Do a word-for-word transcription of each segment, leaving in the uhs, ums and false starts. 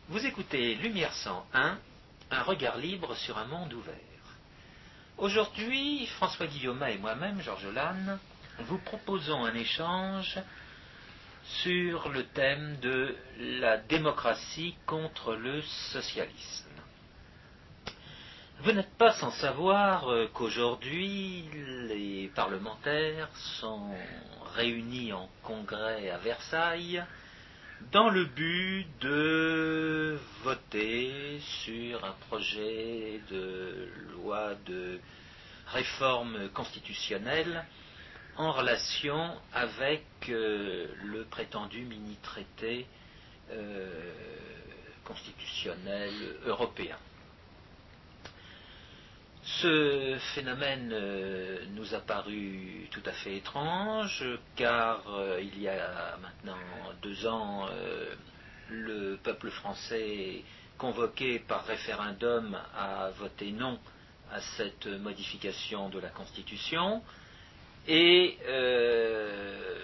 Vous écoutez Lumière cent un, un regard libre sur un monde ouvert. Aujourd'hui, François Guillaume et moi-même, Georges Lannes, vous proposons un échange sur le thème de la démocratie contre le socialisme. Vous n'êtes pas sans savoir qu'aujourd'hui, les parlementaires sont réunis en congrès à Versailles dans le but de voter sur un projet de loi de réforme constitutionnelle en relation avec euh, le prétendu mini-traité euh, constitutionnel européen. Ce phénomène euh, nous a paru tout à fait étrange, car euh, il y a maintenant deux ans, euh, le peuple français, convoqué par référendum, a voté non à cette modification de la Constitution, et euh,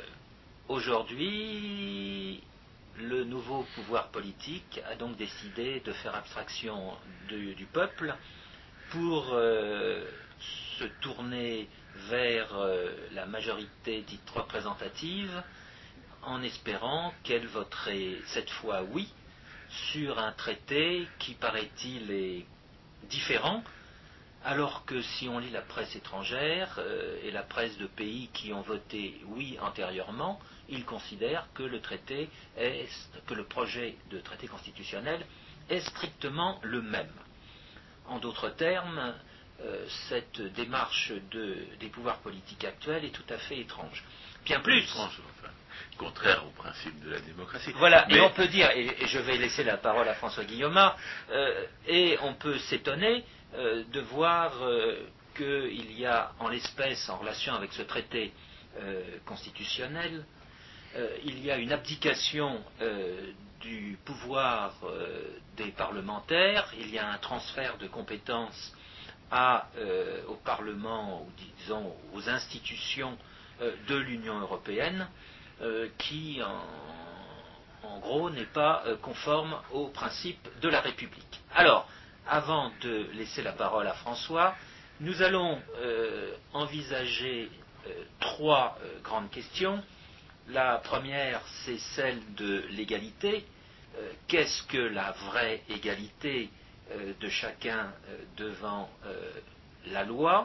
aujourd'hui, le nouveau pouvoir politique a donc décidé de faire abstraction de, du peuple pour euh, se tourner vers euh, la majorité dite représentative, en espérant qu'elle voterait cette fois oui sur un traité qui, paraît-il, est différent, alors que si on lit la presse étrangère euh, et la presse de pays qui ont voté oui antérieurement, ils considèrent que le traité est, que le projet de traité constitutionnel est strictement le même. En d'autres termes, euh, cette démarche de, des pouvoirs politiques actuels est tout à fait étrange. Bien plus. Étrange, enfin, contraire au principe de la démocratie. Voilà, mais... et on peut dire, et, et je vais laisser la parole à François Guillaume, euh, et on peut s'étonner euh, de voir euh, qu'il y a en l'espèce, en relation avec ce traité euh, constitutionnel, euh, il y a une abdication euh, du pouvoir euh, des parlementaires, il y a un transfert de compétences à, euh, au Parlement, ou disons aux institutions euh, de l'Union européenne, euh, qui en, en gros n'est pas euh, conforme aux principes de la République. Alors, avant de laisser la parole à François, nous allons euh, envisager euh, trois euh, grandes questions. La première, c'est celle de l'égalité. Euh, qu'est-ce que la vraie égalité euh, de chacun euh, devant euh, la loi?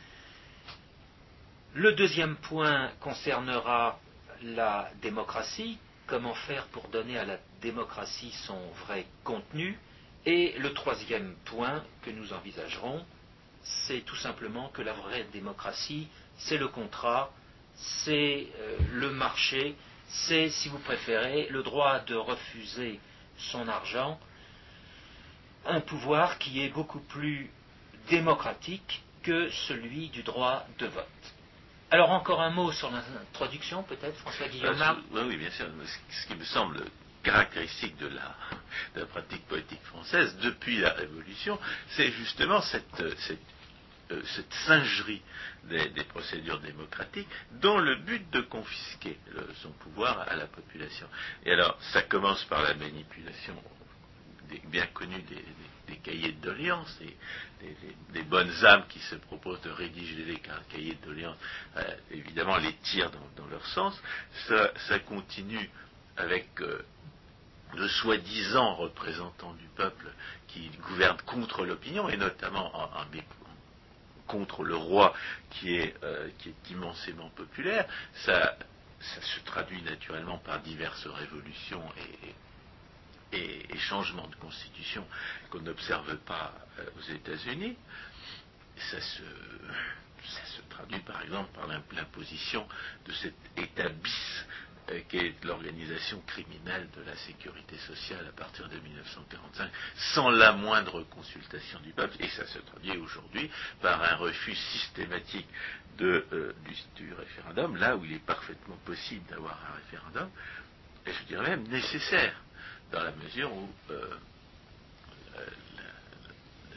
Le deuxième point concernera la démocratie. Comment faire pour donner à la démocratie son vrai contenu? Et le troisième point que nous envisagerons, c'est tout simplement que la vraie démocratie, c'est le contrat, c'est euh, le marché, c'est, si vous préférez, le droit de refuser son argent, un pouvoir qui est beaucoup plus démocratique que celui du droit de vote. Alors encore un mot sur l'introduction, peut-être, François Guillaume. Ah, oui, bien sûr. Ce qui me semble caractéristique de la, de la pratique politique française depuis la Révolution, c'est justement cette, cette Euh, cette singerie des, des procédures démocratiques dans le but de confisquer le, son pouvoir à la population. Et alors, ça commence par la manipulation des, bien connue des, des, des cahiers de doléances, des, des, des bonnes âmes qui se proposent de rédiger des cahiers de doléances, euh, évidemment les tirent dans, dans leur sens. Ça, ça continue avec euh, de soi-disant représentants du peuple qui gouvernent contre l'opinion, et notamment en, en contre le roi qui est, euh, qui est immensément populaire. Ça, ça se traduit naturellement par diverses révolutions et, et, et changements de constitution qu'on n'observe pas euh, aux États-Unis. Ça se, ça se traduit par exemple par l'imposition de cet État bis euh, qu'est l'organisation criminelle de la sécurité sociale à partir de mille neuf cent quarante-cinq, sans la moindre consultation du peuple, et ça se traduit aujourd'hui par un refus systématique de, euh, du, du référendum, là où il est parfaitement possible d'avoir un référendum, et je dirais même nécessaire, dans la mesure où euh,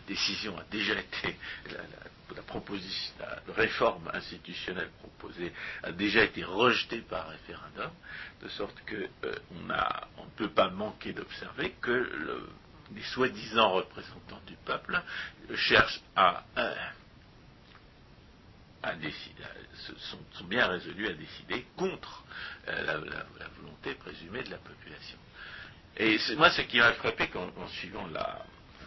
décision a déjà été, la, la, la proposition, la réforme institutionnelle proposée a déjà été rejetée par référendum, de sorte que euh, on a, on ne peut pas manquer d'observer que le, les soi-disant représentants du peuple cherchent à, euh, à décider, à, sont, sont bien résolus à décider contre euh, la, la, la volonté présumée de la population. Et c'est moi ce qui m'a frappé en, en suivant la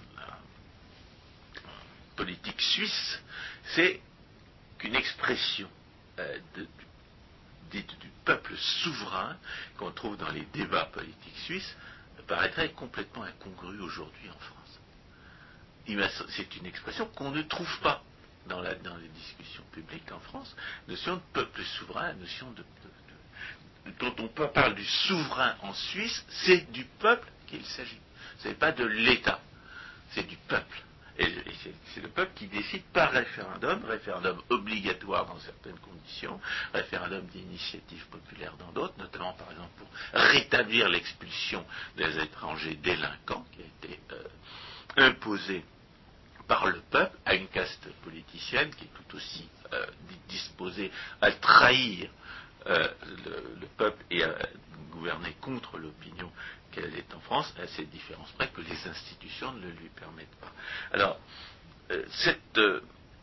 politique suisse, c'est qu'une expression euh, de, dite du peuple souverain qu'on trouve dans les débats politiques suisses paraîtrait complètement incongrue aujourd'hui en France. C'est une expression qu'on ne trouve pas dans, la, dans les discussions publiques en France. La notion de peuple souverain, la notion de, de, de dont on parle du souverain en Suisse, c'est du peuple qu'il s'agit. Ce n'est pas de l'État, c'est du peuple. Et c'est le peuple qui décide par référendum, référendum obligatoire dans certaines conditions, référendum d'initiative populaire dans d'autres, notamment par exemple pour rétablir l'expulsion des étrangers délinquants qui a été euh, imposée par le peuple à une caste politicienne qui est tout aussi euh, disposée à trahir euh, le, le peuple et à gouverner contre l'opinion qu'elle est en France, à cette différence près que les institutions ne le lui permettent pas. Alors, euh, cette, euh,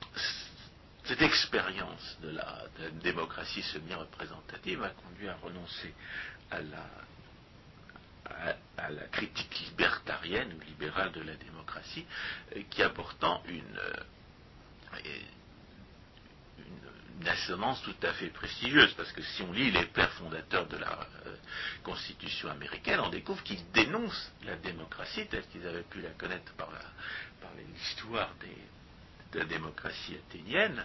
cette expérience de la, de la démocratie semi-représentative a conduit à renoncer à la, à, à la critique libertarienne ou libérale de la démocratie, euh, qui a pourtant une, euh, une une assonance tout à fait prestigieuse, parce que si on lit les pères fondateurs de la euh, Constitution américaine, on découvre qu'ils dénoncent la démocratie telle qu'ils avaient pu la connaître par, la, par l'histoire des, de la démocratie athénienne,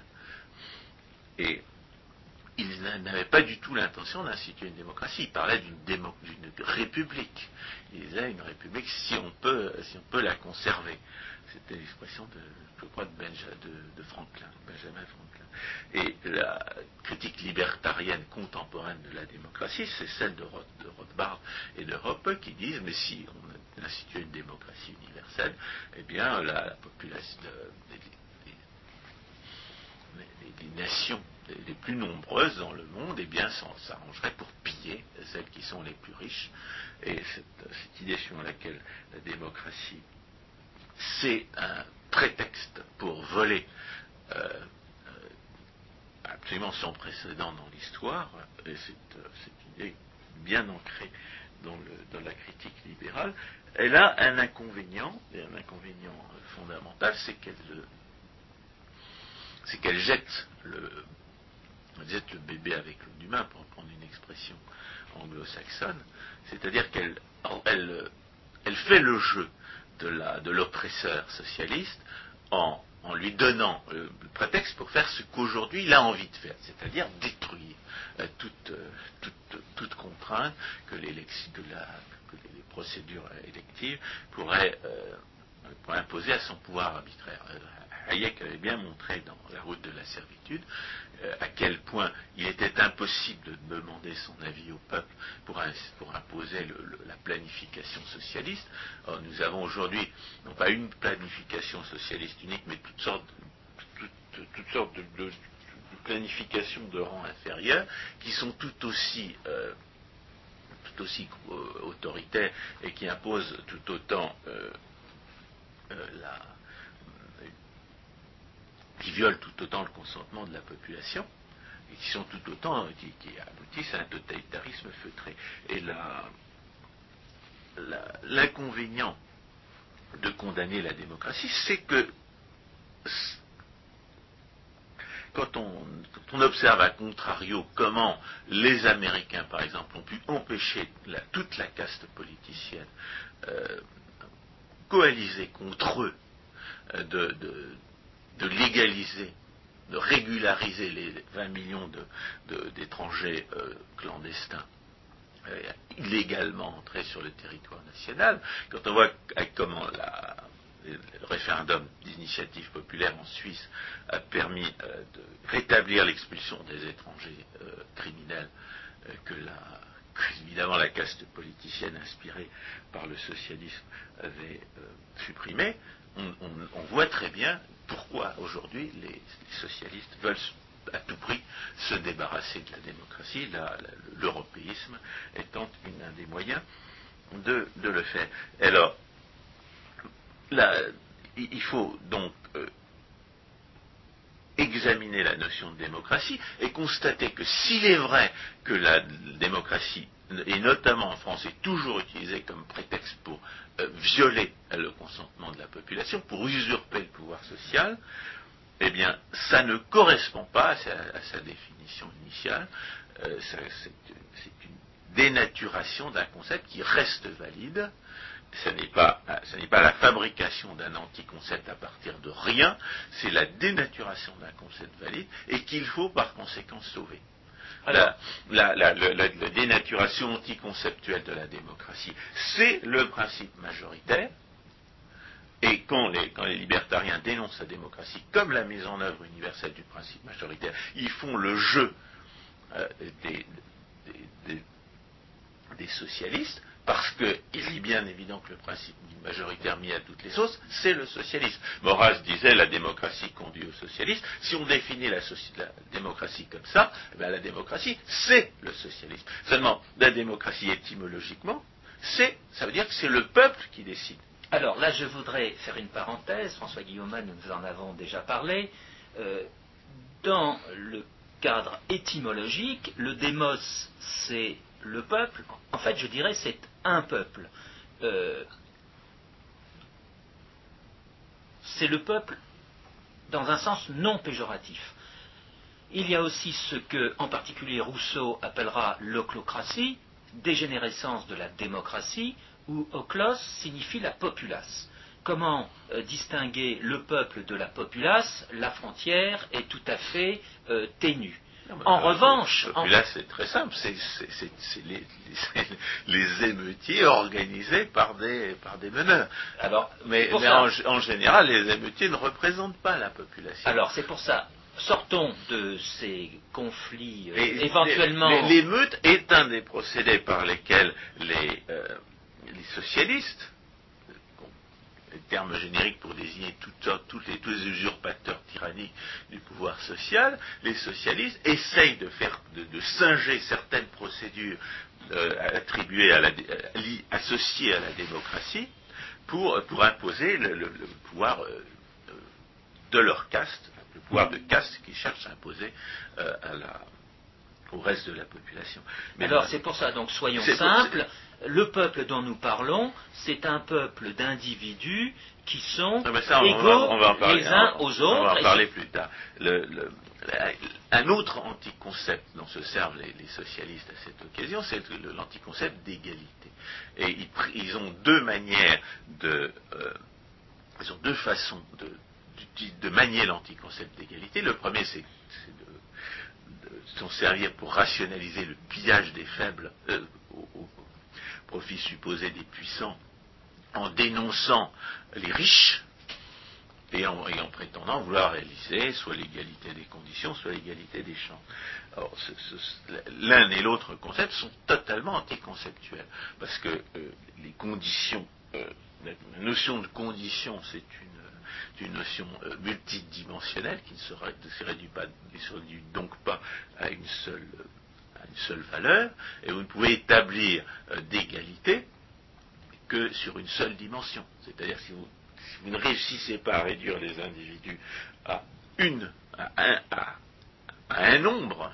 et ils n'avaient pas du tout l'intention d'instituer une démocratie. Ils parlaient d'une, démo, d'une république. Ils disaient une république si on peut, si on peut la conserver. C'était l'expression de, je crois, de, Benja, de, de Franklin, Benjamin Franklin. Et la critique libertarienne contemporaine de la démocratie, c'est celle de, Roth, de Rothbard et de Hoppe qui disent, mais si on institue une démocratie universelle, eh bien la, la population, les, les, les nations les plus nombreuses dans le monde, eh bien s'arrangeraient pour piller celles qui sont les plus riches. Et cette, cette idée suivant laquelle la démocratie c'est un prétexte pour voler euh, euh, absolument sans précédent dans l'histoire, et c'est, euh, cette idée bien ancrée dans, le, dans la critique libérale, elle a un inconvénient, et un inconvénient fondamental, c'est qu'elle, c'est qu'elle jette le, elle jette le bébé avec l'eau du bain, pour prendre une expression anglo-saxonne, c'est-à-dire qu'elle elle, elle fait le jeu de, la, de l'oppresseur socialiste en, en lui donnant euh, le prétexte pour faire ce qu'aujourd'hui il a envie de faire, c'est-à-dire détruire euh, toute, euh, toute, toute contrainte que, que, la, que les procédures électives pourraient, euh, pourraient imposer à son pouvoir arbitraire. Euh, Hayek avait bien montré dans La route de la servitude euh, à quel point il était impossible de demander son avis au peuple pour, un, pour imposer le, le, la planification socialiste. Or, nous avons aujourd'hui non pas une planification socialiste unique, mais toutes sortes, toutes, toutes sortes de, de, de planifications de rang inférieur qui sont tout aussi euh, tout aussi euh, autoritaires et qui imposent tout autant euh, euh, la qui violent tout autant le consentement de la population, et qui sont tout autant, qui, qui aboutissent à un totalitarisme feutré. Et la, la, l'inconvénient de condamner la démocratie, c'est que quand on, quand on observe à contrario comment les Américains, par exemple, ont pu empêcher la, toute la caste politicienne euh, coaliser contre eux, euh, de, de de légaliser, de régulariser les vingt millions de, de, d'étrangers euh, clandestins euh, illégalement entrés sur le territoire national, quand on voit comment la, le référendum d'initiative populaire en Suisse a permis euh, de rétablir l'expulsion des étrangers euh, criminels euh, que, la, évidemment la caste politicienne inspirée par le socialisme avait euh, supprimé, on, on, on voit très bien pourquoi aujourd'hui les, les socialistes veulent à tout prix se débarrasser de la démocratie, la, la, l'européisme étant une, un des moyens de, de le faire. Alors, là, il faut donc euh, examiner la notion de démocratie et constater que s'il est vrai que la démocratie, et notamment en France, est toujours utilisée comme prétexte pour euh, violer le consentement de la population, pour usurper le pouvoir social, eh bien, ça ne correspond pas à sa, à sa définition initiale. Euh, ça, c'est, c'est une dénaturation d'un concept qui reste valide. Ce n'est pas, ce n'est pas la fabrication d'un anticoncept à partir de rien, c'est la dénaturation d'un concept valide et qu'il faut par conséquent sauver. Alors, la, la, la, la, la dénaturation anticonceptuelle de la démocratie, c'est le principe majoritaire. Et quand les, quand les libertariens dénoncent la démocratie comme la mise en œuvre universelle du principe majoritaire, ils font le jeu euh, des, des, des, des socialistes, parce qu'il est bien évident que le principe majoritaire mis à toutes les sauces, c'est le socialisme. Maurras disait la démocratie conduit au socialisme. Si on définit la, soci- la démocratie comme ça, eh bien, la démocratie, c'est le socialisme. Seulement, la démocratie étymologiquement, c'est, ça veut dire que c'est le peuple qui décide. Alors là, je voudrais faire une parenthèse. François Guillaumin, nous en avons déjà parlé. Euh, dans le cadre étymologique, le démos, c'est le peuple. En fait, je dirais c'est un peuple. Euh, c'est le peuple dans un sens non péjoratif. Il y a aussi ce que, en particulier, Rousseau appellera l'oclocratie, dégénérescence de la démocratie, où oklos signifie la populace. Comment euh, distinguer le peuple de la populace? La frontière est tout à fait euh, ténue. Non, en revanche... En... Là, c'est très simple, c'est, c'est, c'est, c'est les, les, les émeutiers organisés par des, par des meneurs. Alors, mais mais en, en général, les émeutiers ne représentent pas la population. Alors, c'est pour ça. Sortons de ces conflits euh, et, éventuellement... L'émeute est un des procédés par lesquels les, euh, les socialistes, le terme générique pour désigner tout, tout les, tous les usurpateurs tyranniques du pouvoir social, les socialistes essayent de faire, de, de singer certaines procédures euh, attribuées à la, li, associées à la démocratie pour, pour imposer le, le, le pouvoir euh, de leur caste, le pouvoir de caste qu'ils cherchent à imposer euh, à la, au reste de la population. Mais alors là, c'est pour ça, donc soyons simples. Le peuple dont nous parlons, c'est un peuple d'individus qui sont ah ben ça, on, égaux on va, on va en parler, les uns on, aux autres. On va en parler plus tard. Le, le, un autre anticoncept dont se servent les, les socialistes à cette occasion, c'est le, l'anticoncept d'égalité. Et ils, ils ont deux manières de... Euh, ils ont deux façons de, de, de manier l'anticoncept d'égalité. Le premier, c'est, c'est de, de s'en servir pour rationaliser le pillage des faibles euh, au, au profit supposé des puissants, en dénonçant les riches et en, et en prétendant vouloir réaliser soit l'égalité des conditions, soit l'égalité des chances. Alors, ce, ce, l'un et l'autre concept sont totalement anticonceptuels, parce que euh, les conditions, euh, la notion de condition, c'est une, une notion euh, multidimensionnelle qui ne se, ne se réduit pas, ne se réduit donc pas à une seule euh, une seule valeur, et vous ne pouvez établir euh, d'égalité que sur une seule dimension. C'est-à-dire si vous, si vous ne réussissez pas à réduire les individus à une, à un, à, à un nombre,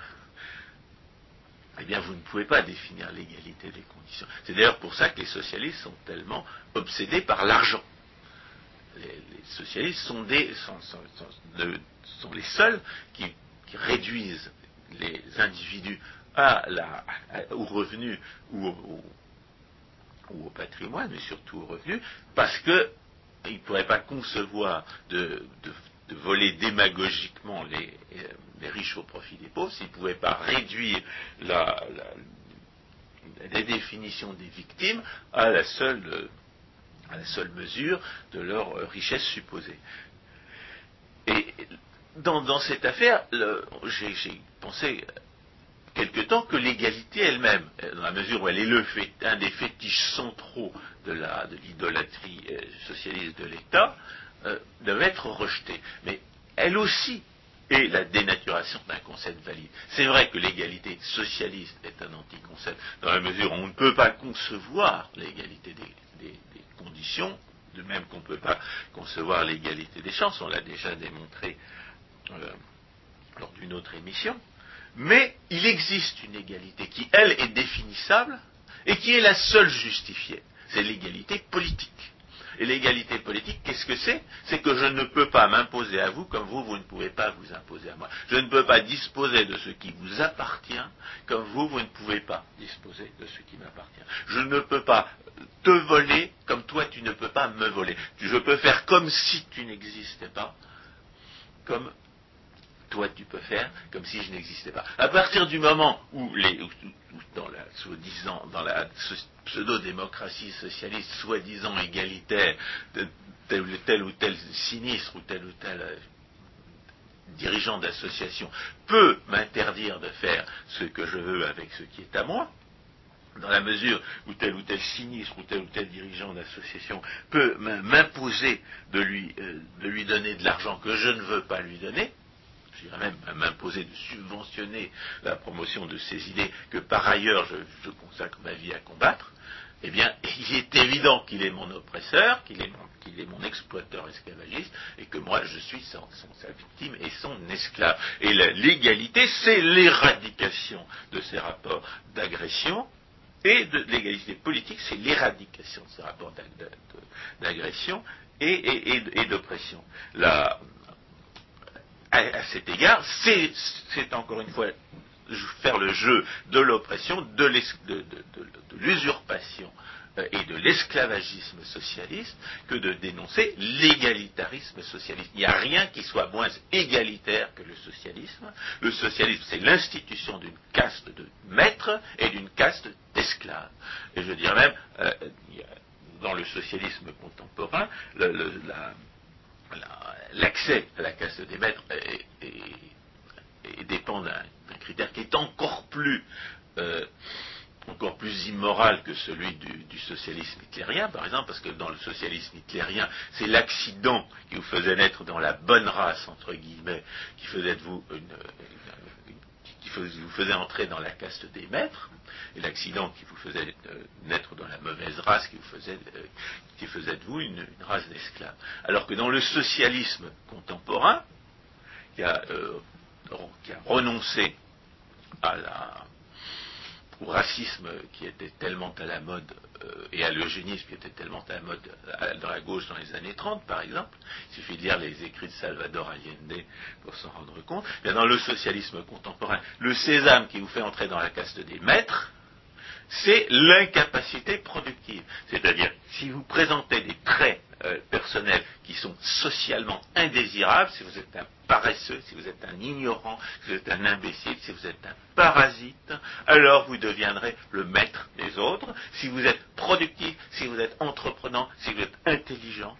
eh bien vous ne pouvez pas définir l'égalité des conditions. C'est d'ailleurs pour ça que les socialistes sont tellement obsédés par l'argent. Les, les socialistes sont, des, sont, sont, sont, de, sont les seuls qui, qui réduisent les individus à la, à, au revenu ou au, au, ou au patrimoine, mais surtout au revenu, parce qu'ils ne pourraient pas concevoir de, de, de voler démagogiquement les, les riches au profit des pauvres s'ils ne pouvaient pas réduire la, la, la définition des victimes à la seule, à la seule mesure de leur richesse supposée. Et dans, dans cette affaire, le, j'ai, j'ai pensé quelque temps que l'égalité elle-même, dans la mesure où elle est le fait, un des fétiches centraux de, la, de l'idolâtrie euh, socialiste de l'État, euh, devait être rejetée. Mais elle aussi est la dénaturation d'un concept valide. C'est vrai que l'égalité socialiste est un anticoncept, dans la mesure où on ne peut pas concevoir l'égalité des, des, des conditions, de même qu'on ne peut pas concevoir l'égalité des chances, on l'a déjà démontré euh, lors d'une autre émission. Mais il existe une égalité qui, elle, est définissable et qui est la seule justifiée. C'est l'égalité politique. Et l'égalité politique, qu'est-ce que c'est? C'est que je ne peux pas m'imposer à vous comme vous, vous ne pouvez pas vous imposer à moi. Je ne peux pas disposer de ce qui vous appartient comme vous, vous ne pouvez pas disposer de ce qui m'appartient. Je ne peux pas te voler comme toi, tu ne peux pas me voler. Je peux faire comme si tu n'existais pas, comme toi tu peux faire comme si je n'existais pas. À partir du moment où, les, où, où dans la soi-disant, dans la pseudo-démocratie socialiste, soi-disant égalitaire, de tel ou tel ou tel sinistre ou tel ou tel euh, dirigeant d'association peut m'interdire de faire ce que je veux avec ce qui est à moi, dans la mesure où tel ou tel sinistre ou tel ou tel dirigeant d'association peut m'imposer de lui, euh, de lui donner de l'argent que je ne veux pas lui donner, je dirais même à m'imposer de subventionner la promotion de ces idées que par ailleurs je, je consacre ma vie à combattre, eh bien, il est évident qu'il est mon oppresseur, qu'il est mon, qu'il est mon exploiteur esclavagiste, et que moi je suis son, son, sa victime et son esclave. Et la, l'égalité, c'est l'éradication de ces rapports d'agression, et de l'égalité politique, c'est l'éradication de ces rapports d'agression et, et, et, et d'oppression. La, À, à cet égard, c'est, c'est encore une fois faire le jeu de l'oppression, de, de, de, de, de l'usurpation euh, et de l'esclavagisme socialiste que de dénoncer l'égalitarisme socialiste. Il n'y a rien qui soit moins égalitaire que le socialisme. Le socialisme, c'est l'institution d'une caste de maîtres et d'une caste d'esclaves. Et je dirais même, euh, dans le socialisme contemporain, le, le, la l'accès à la caste des maîtres est, est, est, dépend d'un, d'un critère qui est encore plus, euh, encore plus immoral que celui du, du socialisme hitlérien, par exemple, parce que dans le socialisme hitlérien, c'est l'accident qui vous faisait naître dans la bonne race, entre guillemets, qui faisait de vous une, une, une qui vous faisait entrer dans la caste des maîtres, et l'accident qui vous faisait euh, naître dans la mauvaise race, qui vous faisait, euh, qui faisait de vous une, une race d'esclaves. Alors que dans le socialisme contemporain, qui a, euh, qui a renoncé à la, au racisme qui était tellement à la mode, euh, et à l'eugénisme qui était tellement à la mode à, dans la gauche dans les années trente, par exemple, il suffit de lire les écrits de Salvador Allende pour s'en rendre compte. Bien, dans le socialisme contemporain, le sésame qui vous fait entrer dans la caste des maîtres, c'est l'incapacité productive. C'est-à-dire, si vous présentez des traits euh, personnels qui sont socialement indésirables, si vous êtes un paresseux, si vous êtes un ignorant, si vous êtes un imbécile, si vous êtes un parasite, alors vous deviendrez le maître des autres. Si vous êtes productif, si vous êtes entreprenant, si vous êtes intelligent,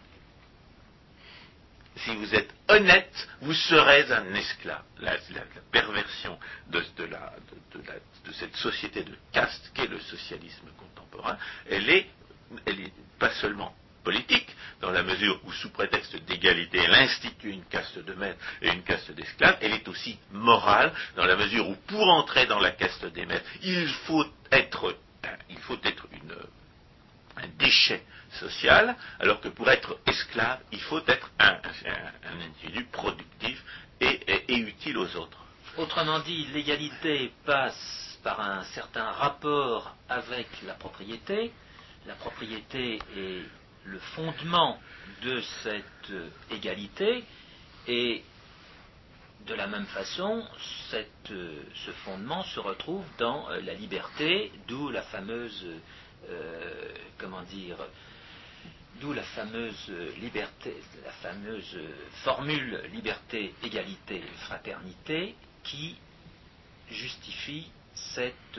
si vous êtes honnête, vous serez un esclave. La, la, la perversion de, de, la, de, de, la, de cette société de caste qu'est le socialisme contemporain, elle est, elle est pas seulement politique, dans la mesure où, sous prétexte d'égalité, elle institue une caste de maîtres et une caste d'esclaves, elle est aussi morale, dans la mesure où, pour entrer dans la caste des maîtres, il faut être, il faut être une... un déchet social, alors que pour être esclave, il faut être un, un, un individu productif et, et, et utile aux autres. Autrement dit, l'égalité passe par un certain rapport avec la propriété. La propriété est le fondement de cette égalité, et de la même façon, cette, ce fondement se retrouve dans la liberté, d'où la fameuse Euh, comment dire, d'où la fameuse liberté, la fameuse formule liberté, égalité, fraternité, qui justifie cette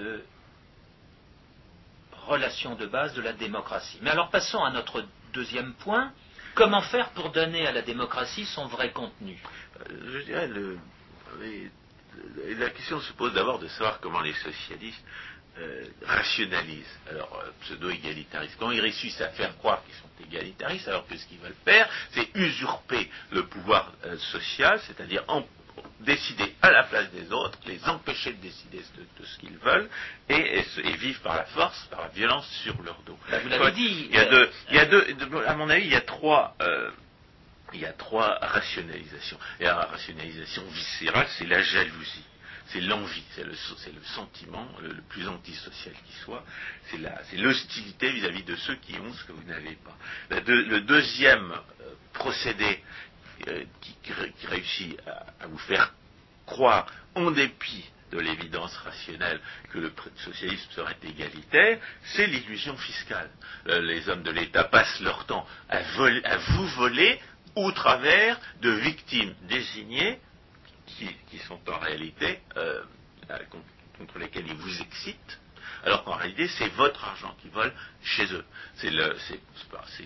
relation de base de la démocratie. Mais alors passons à notre deuxième point. Comment faire pour donner à la démocratie son vrai contenu? Je dirais, le, la question se pose d'abord de savoir comment les socialistes euh, rationalisent leur euh, pseudo-égalitarisme. Comment ils réussissent à faire croire qu'ils sont égalitaristes alors que ce qu'ils veulent faire, c'est usurper le pouvoir euh, social, c'est-à-dire en décider à la place des autres, les empêcher de décider de, de ce qu'ils veulent, et, et, et vivre par la force, par la violence sur leur dos. Vous l'avez dit. Il y a deux, il y a deux, à mon avis, il y a trois, euh, il y a trois rationalisations. Et la rationalisation viscérale, c'est la jalousie, c'est l'envie, c'est le, c'est le sentiment le, le plus antisocial qui soit, c'est, la, c'est l'hostilité vis-à-vis de ceux qui ont ce que vous n'avez pas. La deux, le deuxième euh, procédé euh, qui, qui réussit à, à vous faire croire, en dépit de l'évidence rationnelle que le socialisme serait égalitaire, c'est l'illusion fiscale. Euh, les hommes de l'État passent leur temps à, voler, à vous voler au travers de victimes désignées qui, qui sont en réalité euh, contre lesquelles ils vous excitent, alors qu'en réalité c'est votre argent qui vole chez eux. C'est le, c'est, c'est, pas, c'est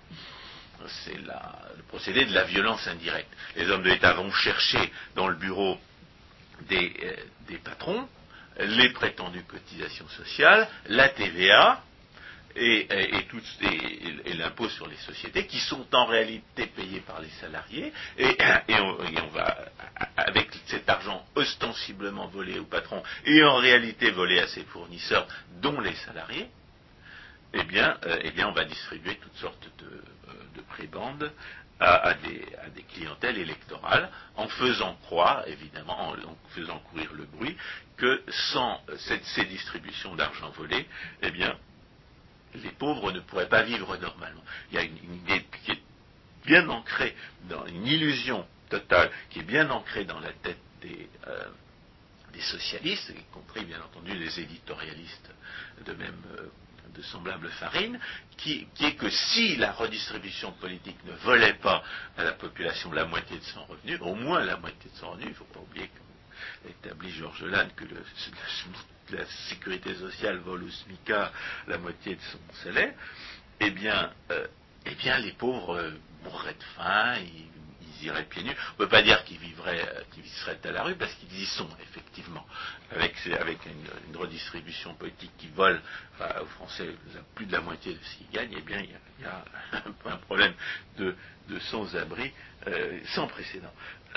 la, c'est la, le procédé de la violence indirecte. Les hommes de l'État vont chercher dans le bureau des, euh, des patrons les prétendues cotisations sociales, la T V A, Et, et, et, tout, et, et l'impôt sur les sociétés, qui sont en réalité payés par les salariés, et, et, on, et on va, avec cet argent ostensiblement volé aux patrons, et en réalité volé à ses fournisseurs, dont les salariés, eh bien, euh, eh bien on va distribuer toutes sortes de, de prébendes à, à, des, à des clientèles électorales, en faisant croire, évidemment, en, en faisant courir le bruit, que sans cette, ces distributions d'argent volé, eh bien, les pauvres ne pourraient pas vivre normalement. Il y a une, une idée qui est bien ancrée dans une illusion totale, qui est bien ancrée dans la tête des, euh, des socialistes, y compris bien entendu des éditorialistes de même euh, de semblable farine, qui, qui est que si la redistribution politique ne volait pas à la population la moitié de son revenu, au moins la moitié de son revenu, il ne faut pas oublier qu'a établi Georges Lannes que le, la sécurité sociale vole au SMICA la moitié de son salaire, eh bien, euh, eh bien les pauvres euh, mourraient de faim, ils, ils iraient pieds nus. On ne peut pas dire qu'ils vivraient, euh, qu'ils seraient à la rue, parce qu'ils y sont, effectivement. Avec, avec une, une redistribution politique qui vole enfin, aux Français plus de la moitié de ce qu'ils gagnent, eh bien, il y a, il y a un, un problème de, de sans-abri euh, sans précédent.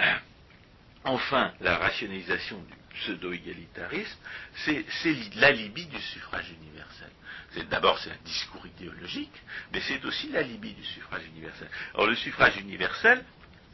Enfin, la rationalisation du pseudo-égalitarisme, c'est, c'est l'alibi du suffrage universel. C'est, d'abord, c'est un discours idéologique, mais c'est aussi l'alibi du suffrage universel. Alors, le suffrage universel,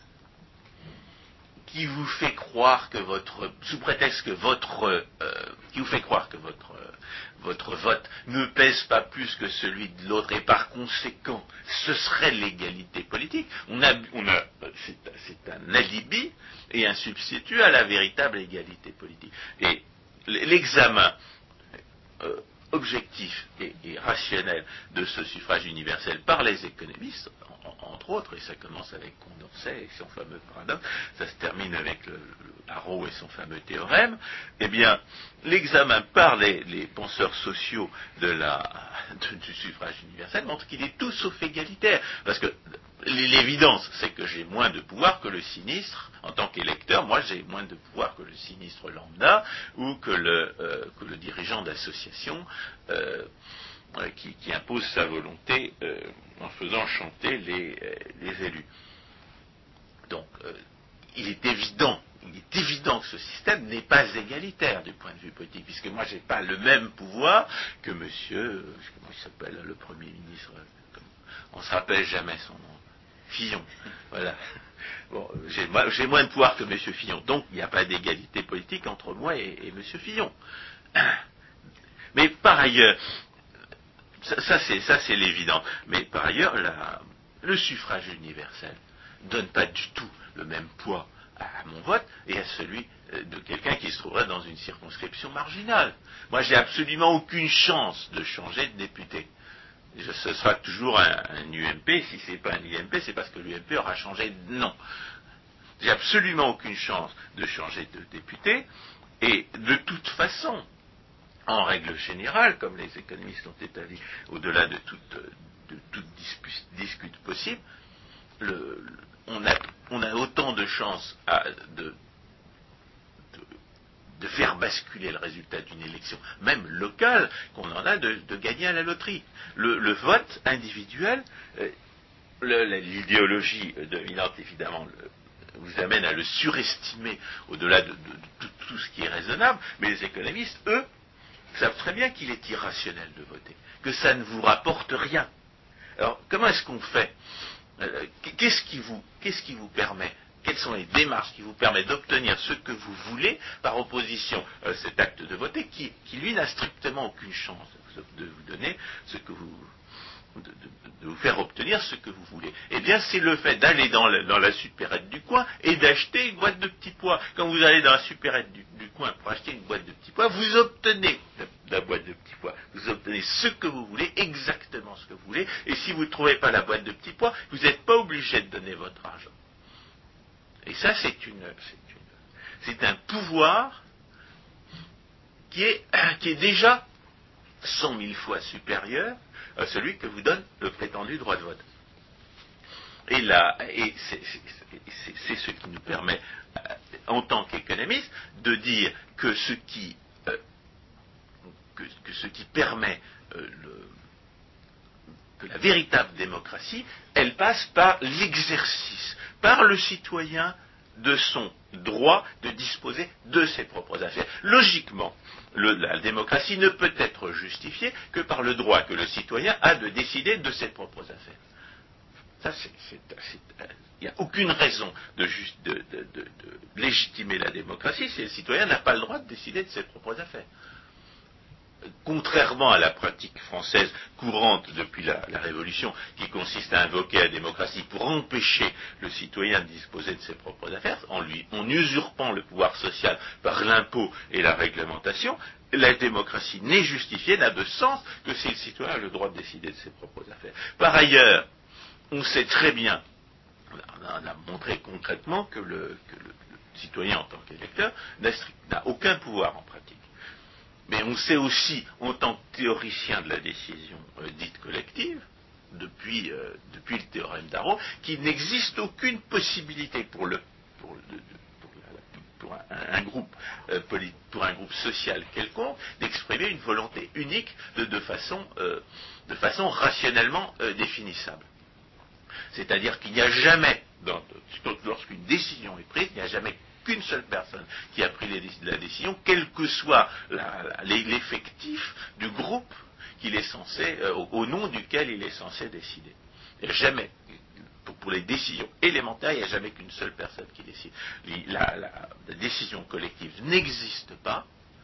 qui vous fait croire que votre, sous prétexte que votre, euh, qui vous fait croire que votre, euh, votre vote ne pèse pas plus que celui de l'autre, et par conséquent, ce serait l'égalité politique. On a, on a, c'est, c'est un alibi et un substitut à la véritable égalité politique. Et l'examen euh, objectif et, et rationnel de ce suffrage universel par les économistes, entre autres, et ça commence avec Condorcet et son fameux paradoxe, ça se termine avec le, le Arrow et son fameux théorème, eh bien, l'examen par les, les penseurs sociaux de la, de, du suffrage universel montre qu'il est tout sauf égalitaire, parce que l'évidence, c'est que j'ai moins de pouvoir que le sinistre, en tant qu'électeur, moi j'ai moins de pouvoir que le sinistre lambda, ou que le, euh, que le dirigeant d'association, euh, Qui, qui impose sa volonté euh, en faisant chanter les, euh, les élus. Donc, euh, il est évident, il est évident que ce système n'est pas égalitaire du point de vue politique, puisque moi, j'ai pas le même pouvoir que Monsieur, euh, comment il s'appelle, le Premier ministre, euh, on se rappelle jamais son nom, Fillon. Voilà. Bon, j'ai, j'ai moins de pouvoir que Monsieur Fillon, donc il n'y a pas d'égalité politique entre moi et, et Monsieur Fillon. Mais par ailleurs, Ça, ça, c'est, ça, c'est l'évident. Mais par ailleurs, la, le suffrage universel ne donne pas du tout le même poids à, à mon vote et à celui de quelqu'un qui se trouverait dans une circonscription marginale. Moi, j'ai absolument aucune chance de changer de député. Je, ce sera toujours un, un U M P. Si ce n'est pas un U M P, c'est parce que l'U M P aura changé de nom. J'ai absolument aucune chance de changer de député. Et de toute façon, en règle générale, comme les économistes l'ont établi, au-delà de toute, de toute dispute, discute possible, le, on, a, on a autant de chances à, de, de, de faire basculer le résultat d'une élection, même locale, qu'on en a de, de gagner à la loterie. Le, le vote individuel, euh, le, l'idéologie dominante, évidemment, le, vous amène à le surestimer au-delà de, de, de tout, tout ce qui est raisonnable, mais les économistes, eux, savent très bien qu'il est irrationnel de voter, que ça ne vous rapporte rien. Alors, comment est-ce qu'on fait? euh, qu'est-ce qui vous, qu'est-ce qui vous permet, quelles sont les démarches qui vous permettent d'obtenir ce que vous voulez par opposition à cet acte de voter qui, qui lui, n'a strictement aucune chance de vous donner ce que vous... De, de, de vous faire obtenir ce que vous voulez. Eh bien, c'est le fait d'aller dans la, dans la supérette du coin et d'acheter une boîte de petits pois. Quand vous allez dans la supérette du, du coin pour acheter une boîte de petits pois, vous obtenez la, la boîte de petits pois. Vous obtenez ce que vous voulez, exactement ce que vous voulez. Et si vous ne trouvez pas la boîte de petits pois, vous n'êtes pas obligé de donner votre argent. Et ça, c'est une, c'est une, c'est un pouvoir qui est, qui est déjà cent mille fois supérieur à celui que vous donne le prétendu droit de vote. Et là, et c'est, c'est, c'est, c'est ce qui nous permet, euh, en tant qu'économistes, de dire que ce qui, euh, que, que ce qui permet euh, le, que la véritable démocratie, elle passe par l'exercice, par le citoyen, de son droit de disposer de ses propres affaires. Logiquement, le, la démocratie ne peut être justifiée que par le droit que le citoyen a de décider de ses propres affaires. Ça, c'est, c'est, c'est, il n'y a aucune raison de, juste, de, de, de, de légitimer la démocratie si le citoyen n'a pas le droit de décider de ses propres affaires. Contrairement à la pratique française courante depuis la, la Révolution, qui consiste à invoquer la démocratie pour empêcher le citoyen de disposer de ses propres affaires, en, lui, en usurpant le pouvoir social par l'impôt et la réglementation, la démocratie n'est justifiée, n'a de sens que si le citoyen a le droit de décider de ses propres affaires. Par ailleurs, on sait très bien, on a, on a montré concrètement que le, que le, le citoyen en tant qu'électeur n'a, n'a aucun pouvoir en pratique. Mais on sait aussi, en tant que théoricien de la décision euh, dite collective, depuis, euh, depuis le théorème d'Arrow, qu'il n'existe aucune possibilité pour, le, pour, le, pour, la, pour un, un groupe, euh, polit, pour un groupe social quelconque d'exprimer une volonté unique de, de, façon, euh, de façon rationnellement euh, définissable. C'est-à-dire qu'il n'y a jamais, dans, lorsqu'une décision est prise, il n'y a jamais qu'une seule personne qui a pris les, la décision, quel que soit la, la, l'effectif du groupe qu'il est censé, euh, au, au nom duquel il est censé décider. Il n'y a jamais, pour, pour les décisions élémentaires, il n'y a jamais qu'une seule personne qui décide. La, la, la décision collective n'existe pas,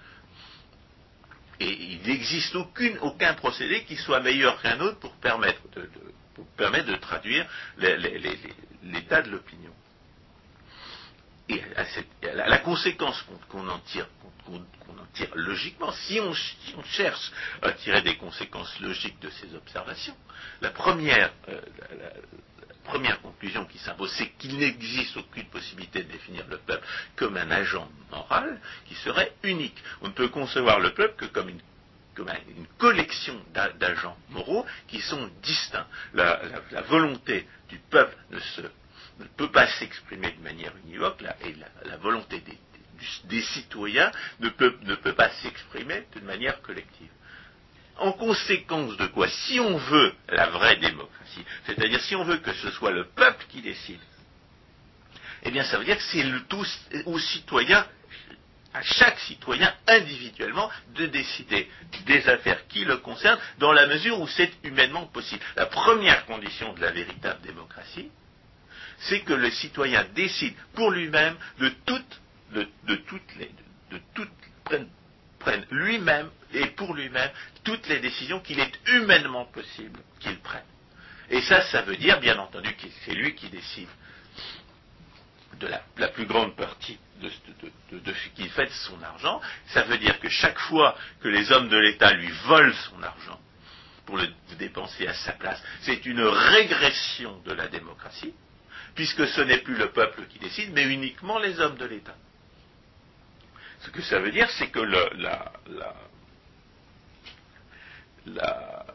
et il n'existe aucune, aucun procédé qui soit meilleur qu'un autre pour permettre de, de, pour permettre de traduire les, les, les, l'état de l'opinion. Et à cette, à la, la conséquence qu'on, qu'on, en tire, qu'on, qu'on en tire logiquement, si on, si on cherche à tirer des conséquences logiques de ces observations, la première, euh, la, la, la première conclusion qui s'impose, c'est qu'il n'existe aucune possibilité de définir le peuple comme un agent moral qui serait unique. On ne peut concevoir le peuple que comme une, comme une collection d'agents moraux qui sont distincts. La, la, la volonté du peuple ne se ne peut pas s'exprimer de manière univoque, là, et la, la volonté des, des, des citoyens ne peut, ne peut pas s'exprimer de manière collective. En conséquence de quoi, si on veut la vraie démocratie, c'est-à-dire si on veut que ce soit le peuple qui décide, eh bien ça veut dire que c'est le tout aux citoyens, à chaque citoyen individuellement, de décider des affaires qui le concernent, dans la mesure où c'est humainement possible. La première condition de la véritable démocratie, c'est que le citoyen décide pour lui-même de toutes, de, de toutes les, de, de toutes, prenne, prenne lui-même et pour lui-même toutes les décisions qu'il est humainement possible qu'il prenne. Et ça, ça veut dire, bien entendu, que c'est lui qui décide de la, la plus grande partie de, de, de, de ce qu'il fait de son argent. Ça veut dire que chaque fois que les hommes de l'État lui volent son argent pour le dépenser à sa place, c'est une régression de la démocratie, puisque ce n'est plus le peuple qui décide, mais uniquement les hommes de l'État. Ce que ça veut dire, c'est que le, la, la, la,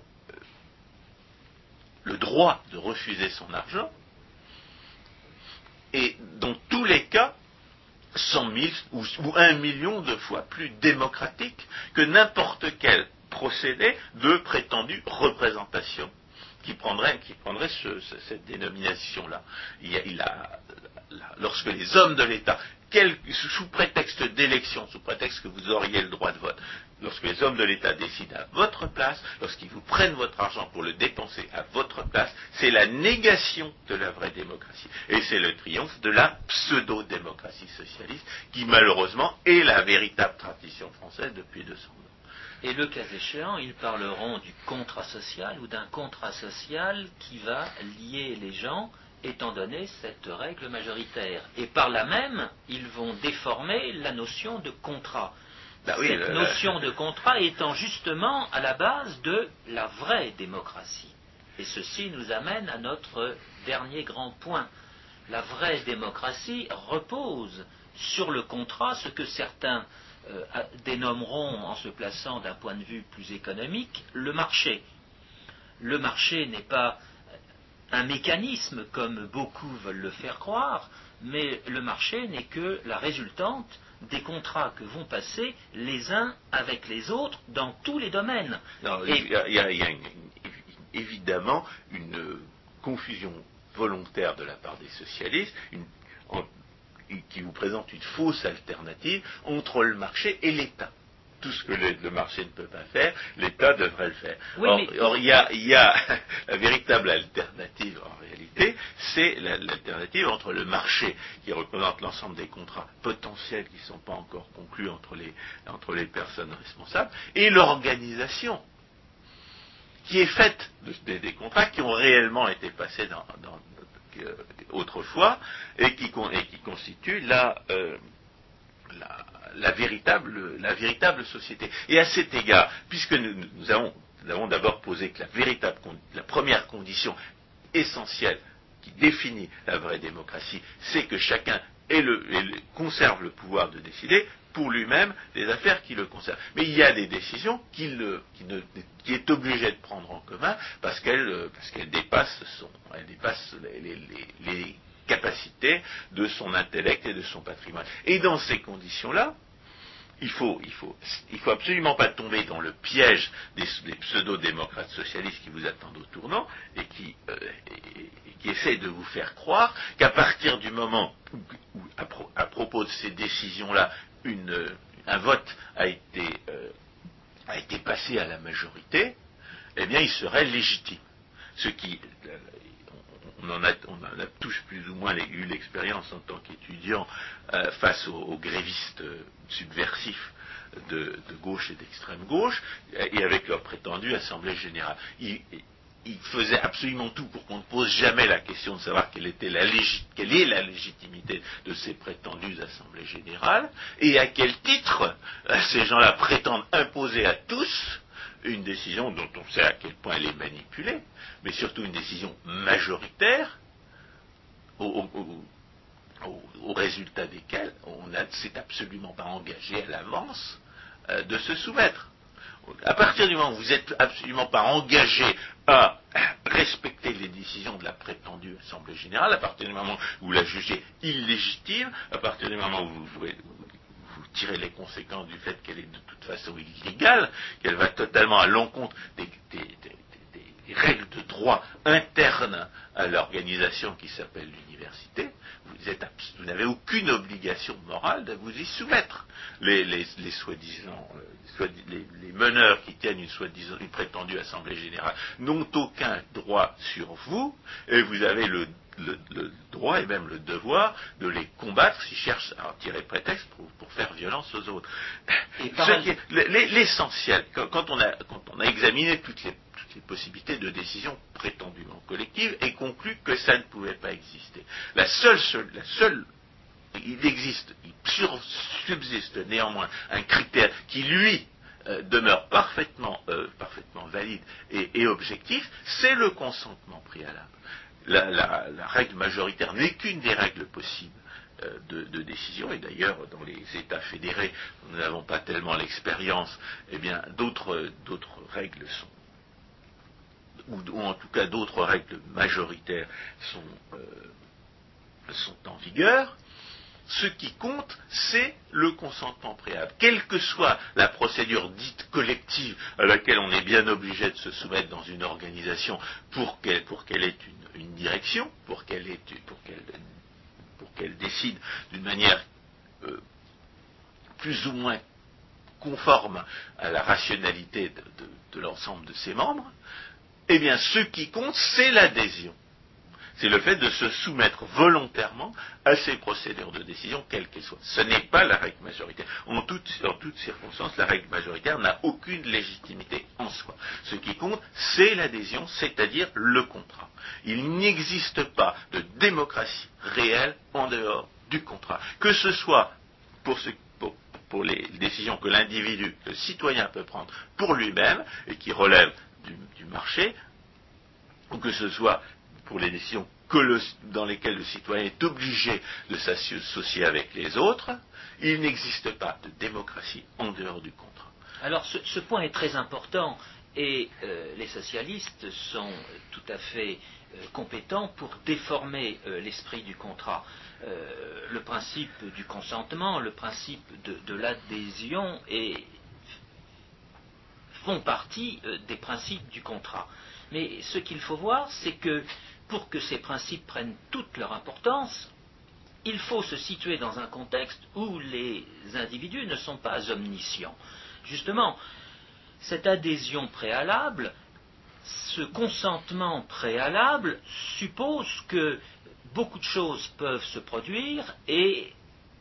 le droit de refuser son argent est, dans tous les cas, cent mille ou, ou un million de fois plus démocratique que n'importe quel procédé de prétendue représentation qui prendrait, qui prendrait ce, ce, cette dénomination-là. Il, il a, lorsque les hommes de l'État, quel, sous prétexte d'élection, sous prétexte que vous auriez le droit de vote, lorsque les hommes de l'État décident à votre place, lorsqu'ils vous prennent votre argent pour le dépenser à votre place, c'est la négation de la vraie démocratie. Et c'est le triomphe de la pseudo-démocratie socialiste, qui malheureusement est la véritable tradition française depuis deux cents ans. Et le cas échéant, ils parleront du contrat social ou d'un contrat social qui va lier les gens, étant donné cette règle majoritaire. Et par là même, ils vont déformer la notion de contrat. Bah oui, cette le... notion de contrat étant justement à la base de la vraie démocratie. Et ceci nous amène à notre dernier grand point. La vraie démocratie repose sur le contrat, ce que certains euh, dénommeront, en se plaçant d'un point de vue plus économique, le marché. Le marché n'est pas un mécanisme comme beaucoup veulent le faire croire, mais le marché n'est que la résultante des contrats que vont passer les uns avec les autres dans tous les domaines. Non, Et... il y a, il y a, il y a une, évidemment une confusion volontaire de la part des socialistes, une, en, qui vous présente une fausse alternative entre le marché et l'État. Tout ce que le, le marché ne peut pas faire, l'État devrait le faire. Oui, or, mais... or, il y a, il y a la véritable alternative en réalité, c'est la, l'alternative entre le marché qui représente l'ensemble des contrats potentiels qui ne sont pas encore conclus entre les, entre les personnes responsables, et l'organisation qui est faite de, de, des contrats qui ont réellement été passés dans, dans, euh, autrefois et qui, et qui constituent la, euh, la La véritable, la véritable société. Et à cet égard, puisque nous, nous avons, nous avons d'abord posé que la véritable, la première condition essentielle qui définit la vraie démocratie, c'est que chacun ait le, ait le, conserve le pouvoir de décider pour lui-même des affaires qui le concernent. Mais il y a des décisions qu'il qui ne, qui est obligé de prendre en commun parce qu'elles, parce qu'elles dépassent, son, elles dépassent les, les, les, les capacités de son intellect et de son patrimoine. Et dans ces conditions-là, il faut, il faut, il faut absolument pas tomber dans le piège des, des pseudo-démocrates socialistes qui vous attendent au tournant et qui, euh, et, et qui essaient de vous faire croire qu'à partir du moment où, où à, pro, à propos de ces décisions-là, une, un vote a été, euh, a été passé à la majorité, eh bien, il serait légitime. Ce qui, euh, On en, a, on en a tous plus ou moins eu l'expérience en tant qu'étudiant euh, face aux, aux grévistes euh, subversifs de, de gauche et d'extrême gauche, et avec leur prétendue Assemblée générale. Ils, ils faisaient absolument tout pour qu'on ne pose jamais la question de savoir quelle, était la légit, quelle est la légitimité de ces prétendues Assemblées générales, et à quel titre euh, ces gens-là prétendent imposer à tous une décision dont on sait à quel point elle est manipulée, mais surtout une décision majoritaire, au, au, au, au résultat desquelles on ne s'est absolument pas engagé à l'avance euh, de se soumettre. À partir du moment où vous n'êtes absolument pas engagé à respecter les décisions de la prétendue Assemblée générale, à partir du moment où vous la jugez illégitime, à partir du moment où vous, vous, vous tirez les conséquences du fait qu'elle est de toute façon illégale, qu'elle va totalement à l'encontre des, des, des, des, des règles de droit internes à l'organisation qui s'appelle l'université, vous, êtes, vous n'avez aucune obligation morale de vous y soumettre. Les, les, les soi-disant, les, les meneurs qui tiennent une soi-disant une prétendue Assemblée générale n'ont aucun droit sur vous, et vous avez le Le, le droit et même le devoir de les combattre s'ils cherchent à en tirer prétexte pour, pour faire violence aux autres. Ce qui est, l'essentiel, quand on, a, quand on a examiné toutes les, toutes les possibilités de décision prétendument collective et conclu que ça ne pouvait pas exister. La seule, seule, la seule il existe, il subsiste néanmoins un critère qui, lui, euh, demeure parfaitement, euh, parfaitement valide et, et objectif, c'est le consentement préalable. La, la, la règle majoritaire n'est qu'une des règles possibles euh, de, de décision, et d'ailleurs dans les États fédérés, nous n'avons pas tellement l'expérience, eh bien d'autres, d'autres règles sont, ou, ou en tout cas d'autres règles majoritaires sont, euh, sont en vigueur, ce qui compte, c'est le consentement préalable. Quelle que soit la procédure dite collective à laquelle on est bien obligé de se soumettre dans une organisation pour qu'elle, pour qu'elle ait une, une direction, pour qu'elle, ait, pour qu'elle, pour qu'elle décide d'une manière euh, plus ou moins conforme à la rationalité de, de, de l'ensemble de ses membres, eh bien, ce qui compte, c'est l'adhésion. C'est le fait de se soumettre volontairement à ces procédures de décision, quelles qu'elles soient. Ce n'est pas la règle majoritaire. En toutes, en toutes circonstances, la règle majoritaire n'a aucune légitimité en soi. Ce qui compte, c'est l'adhésion, c'est-à-dire le contrat. Il n'existe pas de démocratie réelle en dehors du contrat. Que ce soit pour, ce, pour, pour les décisions que l'individu, le citoyen peut prendre pour lui-même et qui relèvent du, du marché, ou que ce soit pour les décisions que le, dans lesquelles le citoyen est obligé de s'associer avec les autres, il n'existe pas de démocratie en dehors du contrat. Alors ce, ce point est très important et euh, les socialistes sont tout à fait euh, compétents pour déformer euh, l'esprit du contrat. Euh, le principe du consentement, le principe de, de l'adhésion et font partie euh, des principes du contrat. Mais ce qu'il faut voir, c'est que pour que ces principes prennent toute leur importance, il faut se situer dans un contexte où les individus ne sont pas omniscients. Justement, cette adhésion préalable, ce consentement préalable suppose que beaucoup de choses peuvent se produire et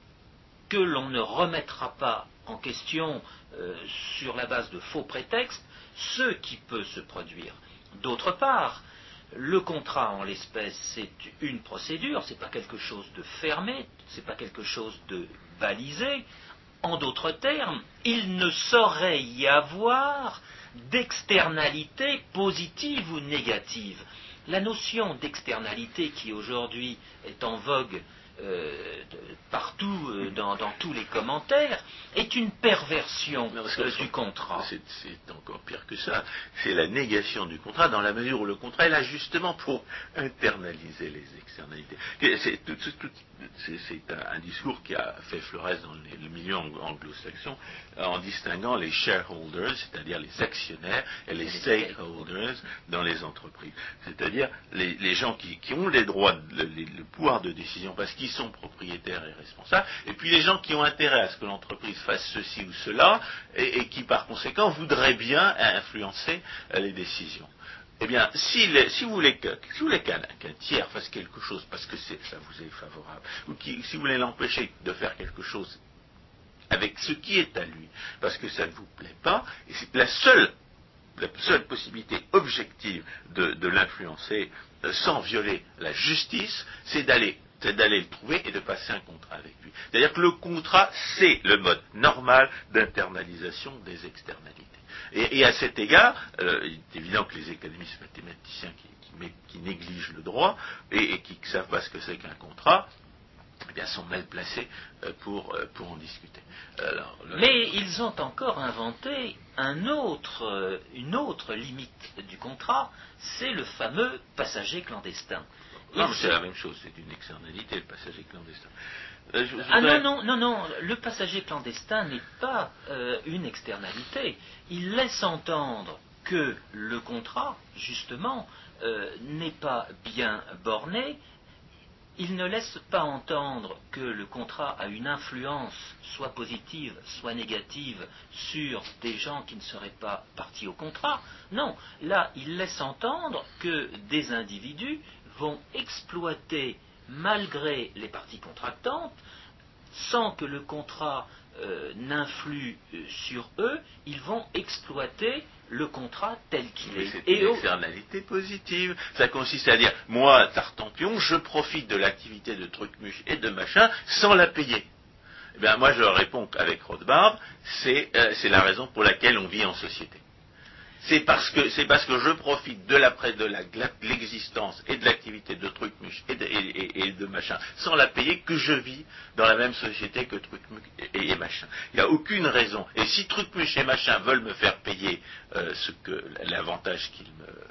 que l'on ne remettra pas en question euh, sur la base de faux prétextes ce qui peut se produire. D'autre part, le contrat en l'espèce, c'est une procédure, c'est pas quelque chose de fermé, c'est pas quelque chose de balisé. En d'autres termes, il ne saurait y avoir d'externalité positive ou négative. La notion d'externalité qui aujourd'hui est en vogue euh, de, partout euh, dans, dans tous les commentaires est une perversion non, euh, du contrat. C'est, c'est encore pire que ça. C'est la négation du contrat dans la mesure où le contrat est là justement pour internaliser les externalités. C'est, tout, tout, c'est, c'est un, un discours qui a fait florès dans les, le milieu anglo-saxon en distinguant les shareholders, c'est-à-dire les actionnaires, et les stakeholders dans les entreprises. C'est-à-dire les, les gens qui, qui ont les droits, le, les, le pouvoir de décision parce qu'ils sont propriétaires et responsables, et puis les gens qui ont intérêt à ce que l'entreprise fasse ceci ou cela, et, et qui par conséquent voudraient bien influencer euh, les décisions. Eh bien, si, les, si vous voulez, que, si vous voulez qu'un, qu'un tiers fasse quelque chose parce que c'est, ça vous est favorable, ou qui, si vous voulez l'empêcher de faire quelque chose avec ce qui est à lui, parce que ça ne vous plaît pas, et c'est la seule, la seule possibilité objective de, de l'influencer euh, sans violer la justice, c'est d'aller c'est d'aller le trouver et de passer un contrat avec lui. C'est-à-dire que le contrat, c'est le mode normal d'internalisation des externalités. Et, et à cet égard, euh, il est évident que les économistes mathématiciens qui, qui, qui négligent le droit et, et qui ne savent pas ce que c'est qu'un contrat, eh bien, sont mal placés euh, pour, euh, pour en discuter. Alors, le... Mais ils ont encore inventé un autre, euh, une autre limite du contrat, c'est le fameux passager clandestin. Non, mais c'est la même chose, c'est une externalité, le passager clandestin. Euh, je, je ah voudrais... non, non, non, non, le passager clandestin n'est pas euh, une externalité. Il laisse entendre que le contrat, justement, euh, n'est pas bien borné. Il ne laisse pas entendre que le contrat a une influence, soit positive, soit négative, sur des gens qui ne seraient pas partis au contrat. Non, là, il laisse entendre que des individus vont exploiter, malgré les parties contractantes, sans que le contrat euh, n'influe euh, sur eux, ils vont exploiter le contrat tel qu'il Mais est. C'est Et une externalité positive. Ça consiste à dire, moi, Tartampion, je profite de l'activité de Trucmuche et de machin sans la payer. Eh bien, moi, je réponds avec Rothbard, c'est, euh, c'est la raison pour laquelle on vit en société. C'est parce que, c'est parce que je profite de, la, de, la, de l'existence et de l'activité de Trucmuche et de, et, et, et de machin, sans la payer, que je vis dans la même société que Trucmuche et, et machin. Il n'y a aucune raison. Et si Trucmuche et machin veulent me faire payer euh, ce que, l'avantage qu'ils me,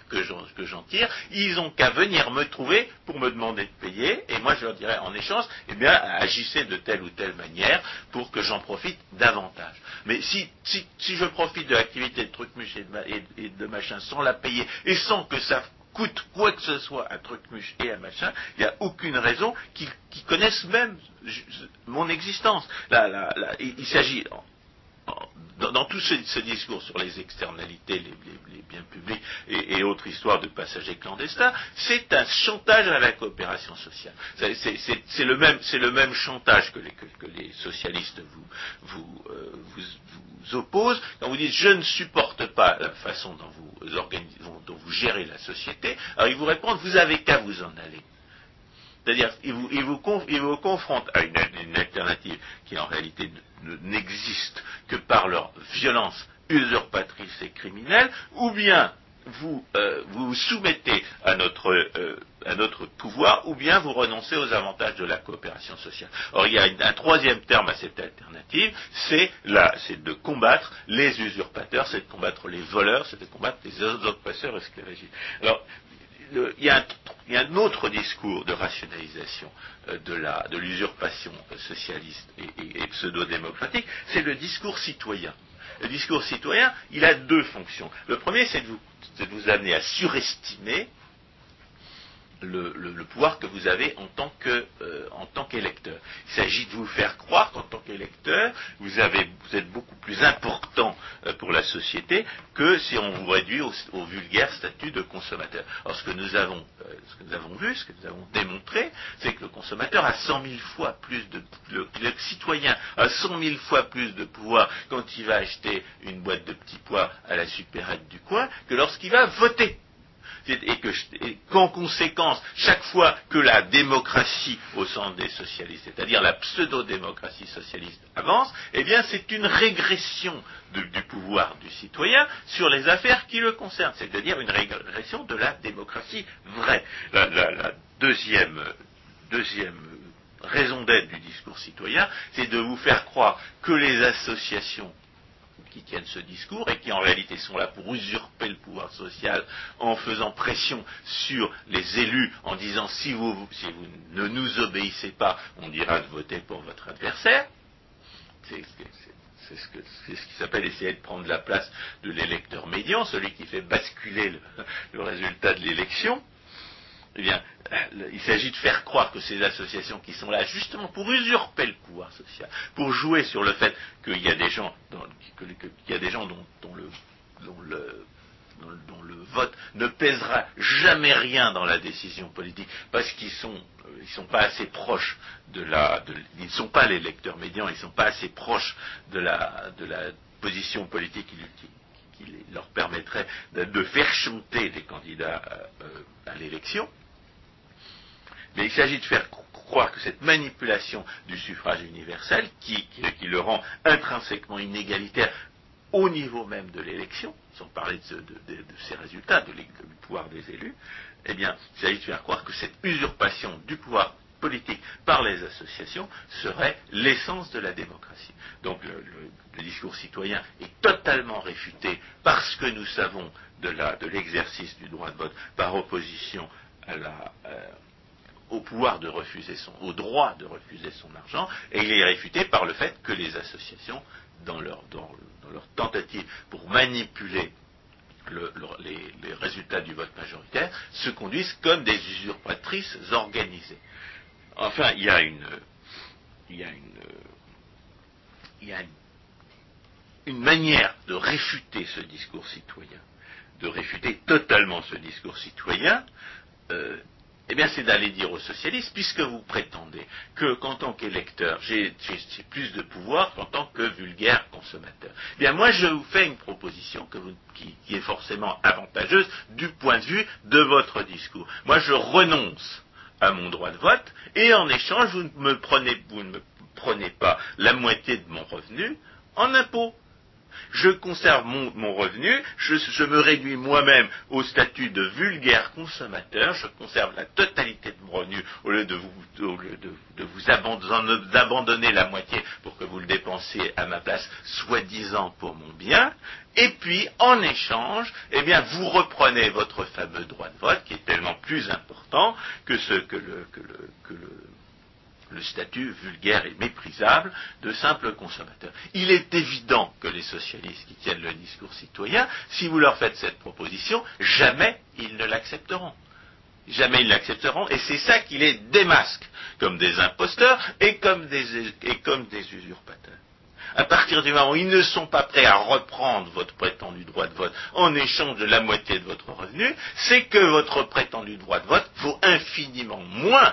que j'en, que j'en tire, ils ont qu'à venir me trouver pour me demander de payer, et moi je leur dirais en échange, eh bien, agissez de telle ou telle manière pour que j'en profite davantage. Mais si, si, si je profite de l'activité de Trucmuche et de, et, et de machin sans la payer, et sans que ça coûte quoi que ce soit à Trucmuche et à machin, il n'y a aucune raison qu'ils, qu'ils connaissent même je, mon existence. Là, là, là, il, il s'agit... Dans, dans tout ce, ce discours sur les externalités, les, les, les biens publics et, et autres histoires de passagers clandestins, c'est un chantage à la coopération sociale. C'est, c'est, c'est, c'est, le, même, c'est le même chantage que les, que, que les socialistes vous, vous, euh, vous, vous opposent quand vous dites je ne supporte pas la façon dont vous, organisez, dont vous gérez la société. Alors ils vous répondent vous avez qu'à vous en aller. C'est-à-dire, ils vous, ils, vous conf, ils vous confrontent à une, une alternative qui en réalité ne, n'existe que par leur violence usurpatrice et criminelle, ou bien vous euh, vous, vous soumettez à notre, euh, à notre pouvoir, ou bien vous renoncez aux avantages de la coopération sociale. Or, il y a une, un troisième terme à cette alternative, c'est, la, c'est de combattre les usurpateurs, c'est de combattre les voleurs, c'est de combattre les usurpateurs esclavagistes. Alors, Le, il, y a un, il y a un autre discours de rationalisation euh, de, la, de l'usurpation euh, socialiste et, et, et pseudo-démocratique, c'est le discours citoyen. Le discours citoyen, il a deux fonctions. Le premier, c'est de vous, c'est de vous amener à surestimer Le, le, le pouvoir que vous avez en tant que, euh, en tant qu'électeur. Il s'agit de vous faire croire qu'en tant qu'électeur, vous, avez, vous êtes beaucoup plus important euh, pour la société que si on vous réduit au, au vulgaire statut de consommateur. Alors ce que nous avons, euh, ce que nous avons vu, ce que nous avons démontré, c'est que le consommateur a cent mille fois plus de, le, le citoyen a cent mille fois plus de pouvoir quand il va acheter une boîte de petits pois à la supérette du coin que lorsqu'il va voter. Et, que, et qu'en conséquence, chaque fois que la démocratie au sens des socialistes, c'est-à-dire la pseudo-démocratie socialiste avance, eh bien c'est une régression de, du pouvoir du citoyen sur les affaires qui le concernent, c'est-à-dire une régression de la démocratie vraie. La, la, la deuxième, deuxième raison d'être du discours citoyen, c'est de vous faire croire que les associations qui tiennent ce discours et qui en réalité sont là pour usurper le pouvoir social en faisant pression sur les élus en disant si vous, si vous ne nous obéissez pas, on dira de voter pour votre adversaire. C'est, c'est, c'est, ce, que, c'est ce qui s'appelle essayer de prendre la place de l'électeur médian, celui qui fait basculer le, le résultat de l'élection. Eh bien, il s'agit de faire croire que ces associations qui sont là justement pour usurper le pouvoir social, pour jouer sur le fait qu'il y a des gens, dont, que, que, qu'il y a des gens dont, dont, le, dont, le, dont, dont le vote ne pèsera jamais rien dans la décision politique, parce qu'ils sont, ils sont pas assez proches de la, de, ils ne sont pas les électeurs médians, ils ne sont pas assez proches de la, de la position politique qui, qui, qui leur permettrait de, de faire chanter des candidats euh, à l'élection. Mais il s'agit de faire croire que cette manipulation du suffrage universel, qui, qui, qui le rend intrinsèquement inégalitaire au niveau même de l'élection, sans parler de, ce, de, de, de ces résultats, de du pouvoir des élus, eh bien, il s'agit de faire croire que cette usurpation du pouvoir politique par les associations serait l'essence de la démocratie. Donc le, le, le discours citoyen est totalement réfuté parce que nous savons de, la, de l'exercice du droit de vote par opposition à la... Euh, au pouvoir de refuser son, au droit de refuser son argent, et il est réfuté par le fait que les associations, dans leur, dans, dans leur tentative pour manipuler le, le, les, les résultats du vote majoritaire, se conduisent comme des usurpatrices organisées. Enfin, il y a une, il y a une, il y a une, une manière de réfuter ce discours citoyen, de réfuter totalement ce discours citoyen, euh, eh bien, c'est d'aller dire aux socialistes, puisque vous prétendez que, qu'en tant qu'électeur, j'ai, j'ai, j'ai plus de pouvoir qu'en tant que vulgaire consommateur. Eh bien, moi, je vous fais une proposition que vous, qui, qui est forcément avantageuse du point de vue de votre discours. Moi, je renonce à mon droit de vote, et en échange, vous ne me prenez, vous ne me prenez pas la moitié de mon revenu en impôts. je conserve mon, mon revenu, je, je me réduis moi-même au statut de vulgaire consommateur, je conserve la totalité de mon revenu au lieu de vous, au lieu de, de vous abandonner, d'abandonner la moitié pour que vous le dépensiez à ma place, soi-disant pour mon bien, et puis en échange, eh bien vous reprenez votre fameux droit de vote qui est tellement plus important que ce que le, que le, que le le statut vulgaire et méprisable de simple consommateur. Il est évident que les socialistes qui tiennent le discours citoyen, si vous leur faites cette proposition, jamais ils ne l'accepteront. Jamais ils l'accepteront, et c'est ça qui les démasque comme des imposteurs et comme des, et comme des usurpateurs. À partir du moment où ils ne sont pas prêts à reprendre votre prétendu droit de vote en échange de la moitié de votre revenu, c'est que votre prétendu droit de vote vaut infiniment moins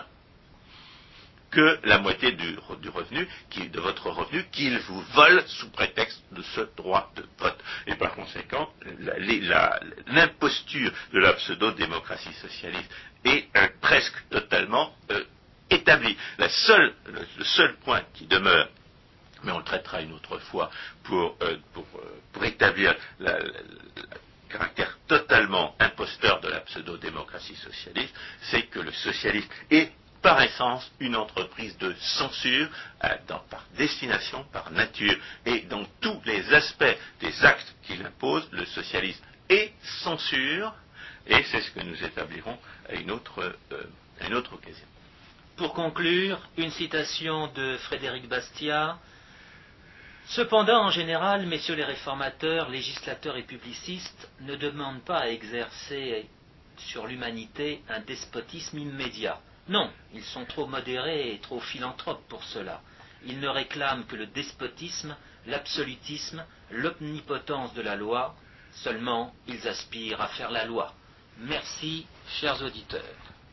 que la moitié du, du revenu, qui, de votre revenu, qu'ils vous volent sous prétexte de ce droit de vote. Et par conséquent, la, la, l'imposture de la pseudo-démocratie socialiste est euh, presque totalement euh, établie. La seule, le, le seul point qui demeure, mais on le traitera une autre fois pour, euh, pour, euh, pour établir la, la, le caractère totalement imposteur de la pseudo-démocratie socialiste, c'est que le socialisme est par essence une entreprise de censure, euh, dans, par destination, par nature, et dans tous les aspects des actes qu'il impose, le socialisme est censure, et c'est ce que nous établirons à une autre, euh, à une autre occasion. Pour conclure, une citation de Frédéric Bastiat. Cependant, en général, messieurs les réformateurs, législateurs et publicistes ne demandent pas à exercer sur l'humanité un despotisme immédiat. Non, ils sont trop modérés et trop philanthropes pour cela. Ils ne réclament que le despotisme, l'absolutisme, l'omnipotence de la loi. Seulement, ils aspirent à faire la loi. Merci, chers auditeurs.